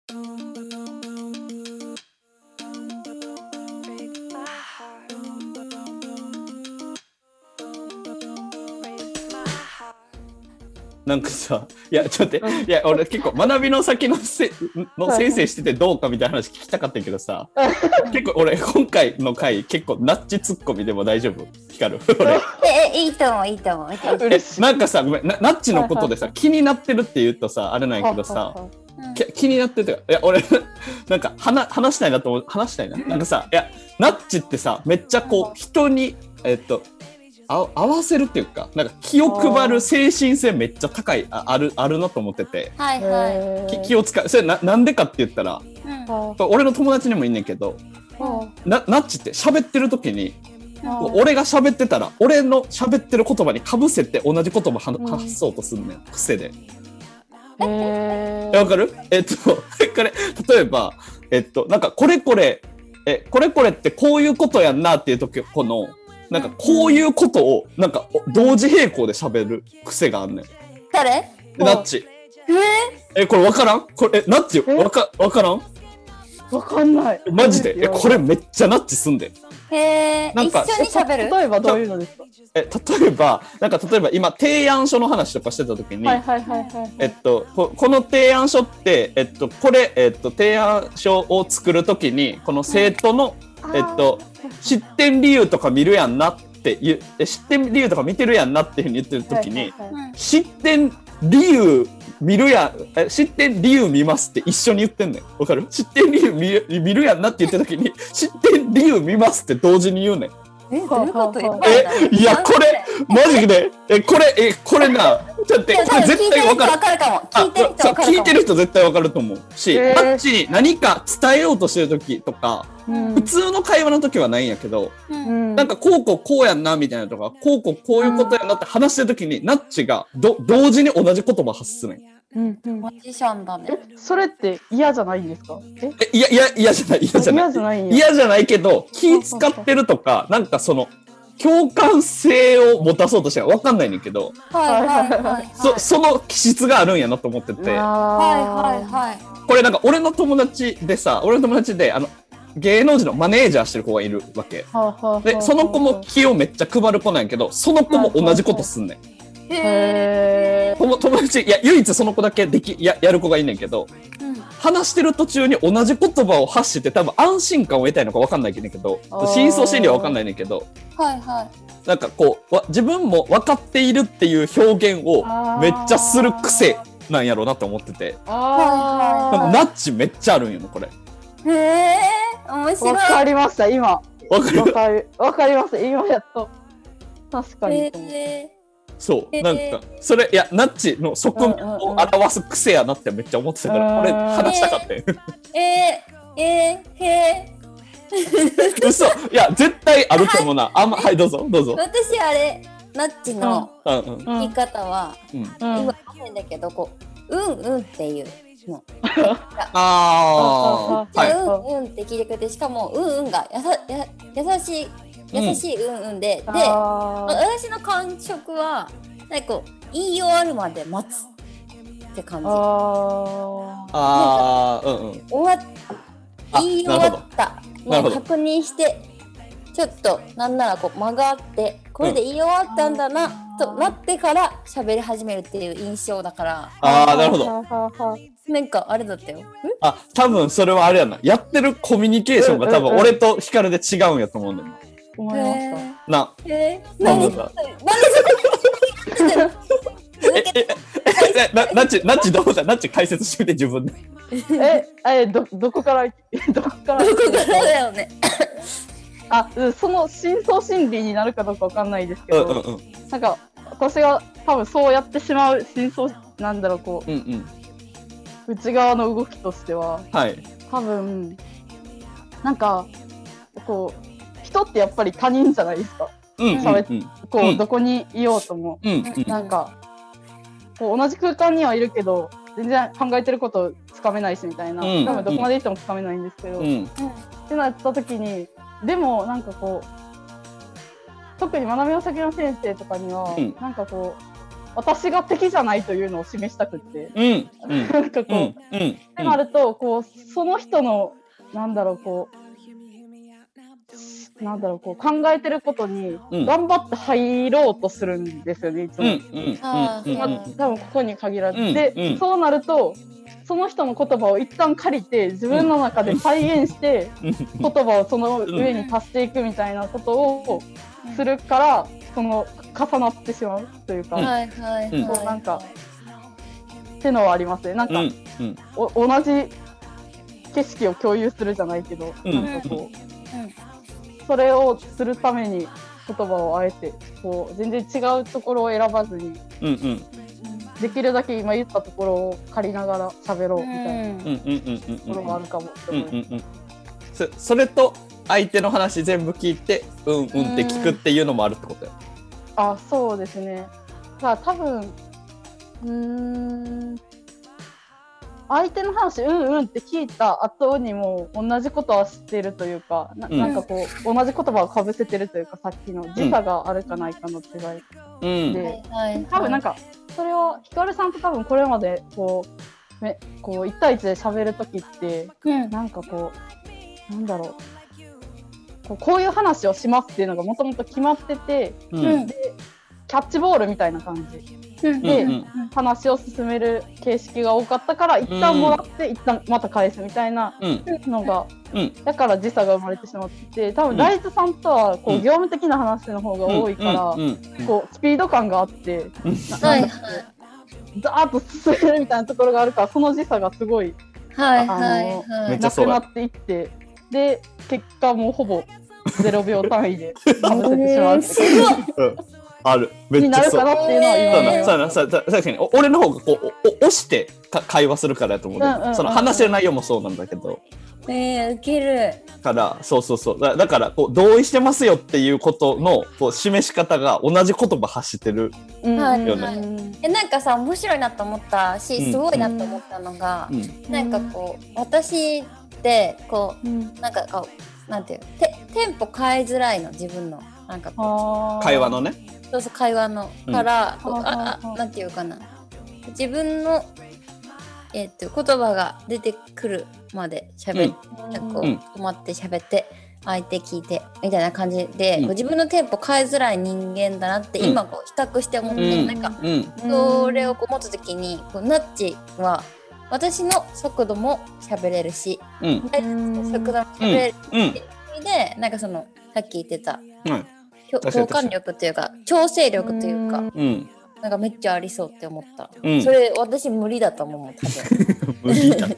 なんかさ、いやちょっと待って、いや俺結構学びの先の先生しててどうかみたいな話聞きたかったけどさ、結構俺今回の回結構ナッチツッコミでも大丈夫？光る？ いいと思う、いいと思う。 嬉しい。なんかさ、ごめん、ナッチのことでさ、気になってるって言うとさ、あれなんやけどさ、気になってて、いや俺なんか話したいなと思う、話したいな。なんかさ、いやナッチってさ、めっちゃこう人に合わせるっていうか、なんか気を配る精神性めっちゃ高い、あるなと思ってて、 はいはい、 気を使う。それなんでかって言ったら、俺の友達にもいんねんけど、ナッチって喋ってる時に、俺が喋ってたら俺の喋ってる言葉にかぶせて同じ言葉発そうとすんねん、癖で。わかる？これ例えばなんかこれってこういうことやんなっていう時、このなんかこういうことをなんか同時並行で喋る癖があんねん。 誰？ ナッチ。これわからん？これナッチわからん？ わかんない。 マジで？これめっちゃナッチすんで。 なんか一緒に喋る？ 例えばどういうのですか？ 例えば今提案書の話とかしてた時に、この提案書ってこれ提案書を作る時にこの生徒の失点理由とか見るやんなって失点理由とか見てるやんなっていうふうに言ってる時に、失点理由見るやん、失点理由見ますって一緒に言ってんねん。わかる？失点理由見るやんなって言った時に失点理由見ますって同時に言うねん。 どういうこと？ いやこれマジでこれな、ちょっとこれ絶対わかるかも。聞いてる人絶対わかると思うし、ナッチに何か伝えようとしてる時とか、普通の会話の時はないんやけど、なんかこうやんなみたいなとか、こういうことやんなって話してる時にナッチが同時に同じ言葉発するんや。 マジシャンだね。 それって嫌じゃないんですか？ 嫌じゃないけど、気使ってるとか、なんかその共感性を持たそうとして分かんないねんけど、その気質があるんやなと思ってて、これなんか俺の友達で芸能人のマネージャーしてる子がいるわけで、その子も気をめっちゃ配る子なんやけど、その子も同じことすんねん。友達、唯一その子だけやる子がいいねんけど、話してる途中に同じ言葉を発して多分安心感を得たいのか分かんないけど、深層心理は分かんないねんけど、なんかこう自分も分かっているっていう表現をめっちゃする癖なんやろうなと思ってて、ナッチめっちゃあるんよこれ。 面白い。 わかりました今。 わかります。今やっと。確かに。 そうなんかそれナッチの側面を表す癖やなってめっちゃ思ってたから、これ話したかったよ。嘘、絶対あると思うな。はいどうぞ。 私あれナッチの言い方は今わかんないんだけど、こうっていうの。って聞いてくれて、しかもが優しいで、私の感触はなんかこう言い終わるまで待つって感じ。言い終わったの確認して、ちょっとなんならこう間があって、これで言い終わったんだなとなってから喋り始めるっていう印象だから。 なるほど。 なんかあれだったよ。 多分それはあれやな。やってるコミュニケーションが多分俺とヒカルで違うんやと思うんだよ。 思いました。 何ナッチどうだ？ナッチ解説してみて自分で。 どこからだよね。 その深層心理になるかどうかわかんないですけど、なんか私が多分そうやってしまう深層なんだろう、こう、内側の動きとしては、多分なんかこう人ってやっぱり他人じゃないですか。こうどこにいようとも、なんかこう同じ空間にはいるけど全然考えてることつかめないしみたいな、多分どこまで行ってもつかめないんですけど、ってなった時に、でもなんかこう特に学びの先の先生とかには、なんかこう私が敵じゃないというのを示したくって、なんかこう、ってなるとこうその人のなんだろうこう考えてることに頑張って入ろうとするんですよね、いつも。多分ここに限らず、でそうなるとその人の言葉を一旦借りて自分の中で再現して言葉をその上に足していくみたいなことをするからその重なってしまうというか、こうなんかってのはありますね。なんか、同じ景色を共有するじゃないけど、なんかこう、それをするために言葉をあえてこう全然違うところを選ばずに、できるだけ今言ったところを借りながら喋ろうみたいなところがあるかもって思います。 それと相手の話全部聞いてって聞くっていうのもあるってことよ。 あ、そうですね。だから多分相手の話って聞いた後にも同じことは知っているというか、なんかこう同じ言葉をかぶせてるというか、さっきの時差があるかないかの違いで、多分なんかそれをひかるさんと多分これまでこう1対1で喋るときって、なんかこうなんだろう、こういう話をしますっていうのがもともと決まってて、でキャッチボールみたいな感じで話を進める形式が多かったから、一旦もらって一旦また返すみたいなのが、だから時差が生まれてしまってて、多分大豆さんとはこう業務的な話の方が多いから、こうスピード感があってザーッと進めるみたいなところがあるから、その時差がすごいなくなっていって、で結果もうほぼ0秒単位でかぶせてしまうってある。めっちゃそう。になるかなっていうのは今確かに俺の方がこう押して会話するからやと思う。その話してる内容もそうなんだけど。 ウケる。 からそうだからこう同意してますよっていうことのこう示し方が同じ言葉発してるよね。 なんかさ、面白いなと思ったし、すごいなと思ったのが、なんかこう私ってこうなんかこうなんていうテンポ変えづらいの、自分のなんかこう会話のね。 そう会話のから、なんていうかな、自分の言葉が出てくるまで喋って、こう止まって喋って相手聞いてみたいな感じで、こう自分のテンポ変えづらい人間だなって今こう比較して思って、なんかそれをこう持つ時にこうナッチは私の速度も喋れるし、速度も喋れるしで、なんかそのさっき言ってた共感力というか調整力というか、なんかめっちゃありそうって思った。それ私無理だと思う、多分。 無理だ。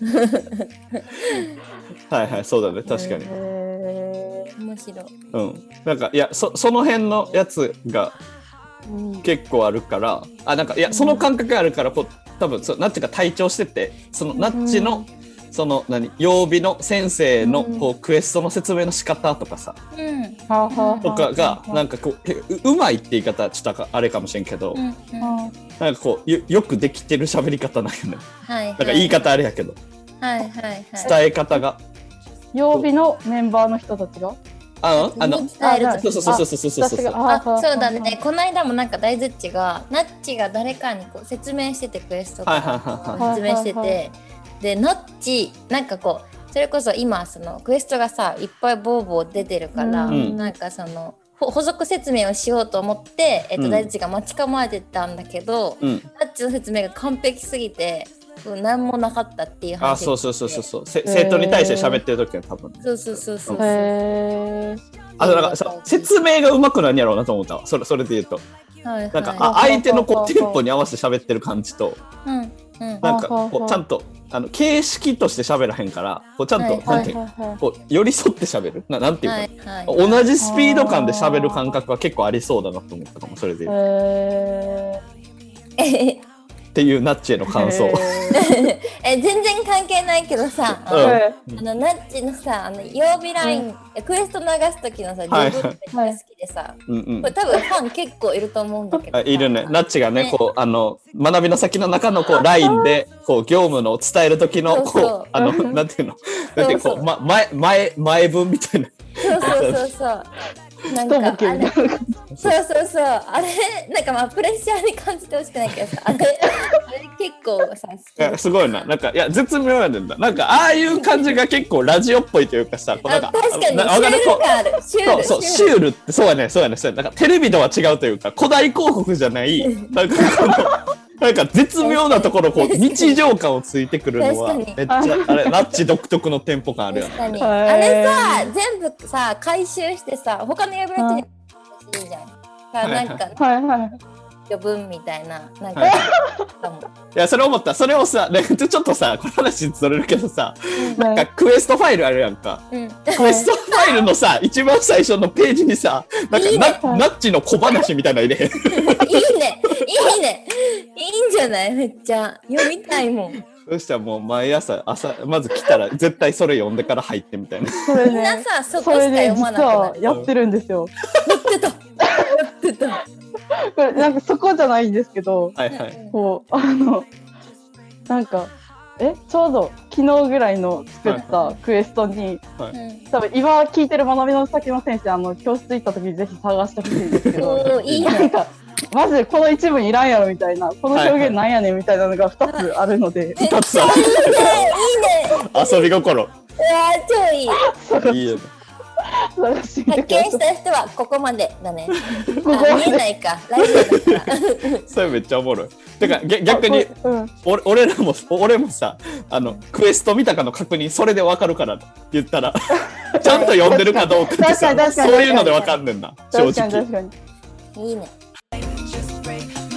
はいそうだね、確かに。 面白い。 なんかいやその辺のやつが結構あるから、なんかいやその感覚があるからこう多分ナッチが体調してて、そのナッチのその曜日の先生のこうクエストの説明の仕方とかさ、とかがなんかこうまいって言い方ちょっとあれかもしれんけど、なんかこうよくできてる喋り方なんよね。なんか言い方あれやけど、伝え方が曜日のメンバーの人たちがそうだね。この間もなんか大ズッチがナッチが誰かにこう説明してて、クエストを説明してて、でナッチなんかこうそれこそ今そのクエストがさいっぱいボーボー出てるから、なんかその補足説明をしようと思って、大地が待ち構えてたんだけど、ナッチの説明が完璧すぎて何もなかったっていう話。 そう生徒に対して喋ってる時は多分、 そうなんか説明がうまくなんやろうなと思ったわ。それで言うと、なんか相手のこうテンポに合わせて喋ってる感じと、なんかこうちゃんと形式として喋らへんから、こうちゃんとこう寄り添って喋る、なんていうか、同じスピード感で喋る感覚は結構ありそうだなと思ったかも。それでっていうナッチへの感想。 全然関係ないけどさ、ナッチのさ曜日ライン、クエスト流す時のさ、自分めっちゃ好きでさ、これ多分ファン結構いると思うんだけど、 いるね。ナッチがね、こう学びの先の中のこうラインでこう業務の伝える時のこうなんていうの、こう前文みたいななんかあれそうあれなんかまあプレッシャーに感じてほしくないけどさあれ結構さいやすごいな。なんかいや絶妙やねんだ。なんかああいう感じが結構ラジオっぽいというかさ、 確かにシュール感ある。 シュールってそうやね。なんかテレビとは違うというか古代広告じゃないなんかなんか絶妙なところこう日常感をついてくるのはめっちゃあれナッチ独特のテンポ感あるやん。 確かにあれさ全部さ回収してさ他の役立ちいいじゃん。なんか余分みたいななんか、いやそれ思った。それをさちょっとさこの話にそれるけどさ、なんかクエストファイルあるやんか。クエストファイルのさ一番最初のページにさなんかナッチの小話みたいなの入れへん。 いいねいいんじゃないめっちゃ読みたいもん。 そしたらもう毎朝まず来たら絶対それ読んでから入ってみたいな。 みんなさそこしか読まなくない。 実はやってるんですよ。 やってたこれなんかそこじゃないんですけど、こうなんかちょうど昨日ぐらいの作ったクエストに、多分今聞いてる学びの先の先生教室行った時にぜひ探してほしいんですけどなんかマジでこの一文いらんやろみたいなこの表現なんやねんみたいなのが2つあるので、 2つある。いいね遊び心。 うわ超いい。 いいよね。 発見した人はここまでだね。見えないかラジオだからそれめっちゃおもろい。てか逆に、俺もさクエスト見たかの確認それで分かるから言ったらちゃんと読んでるかどうかってさそういうので分かんねんな正直。 いいね。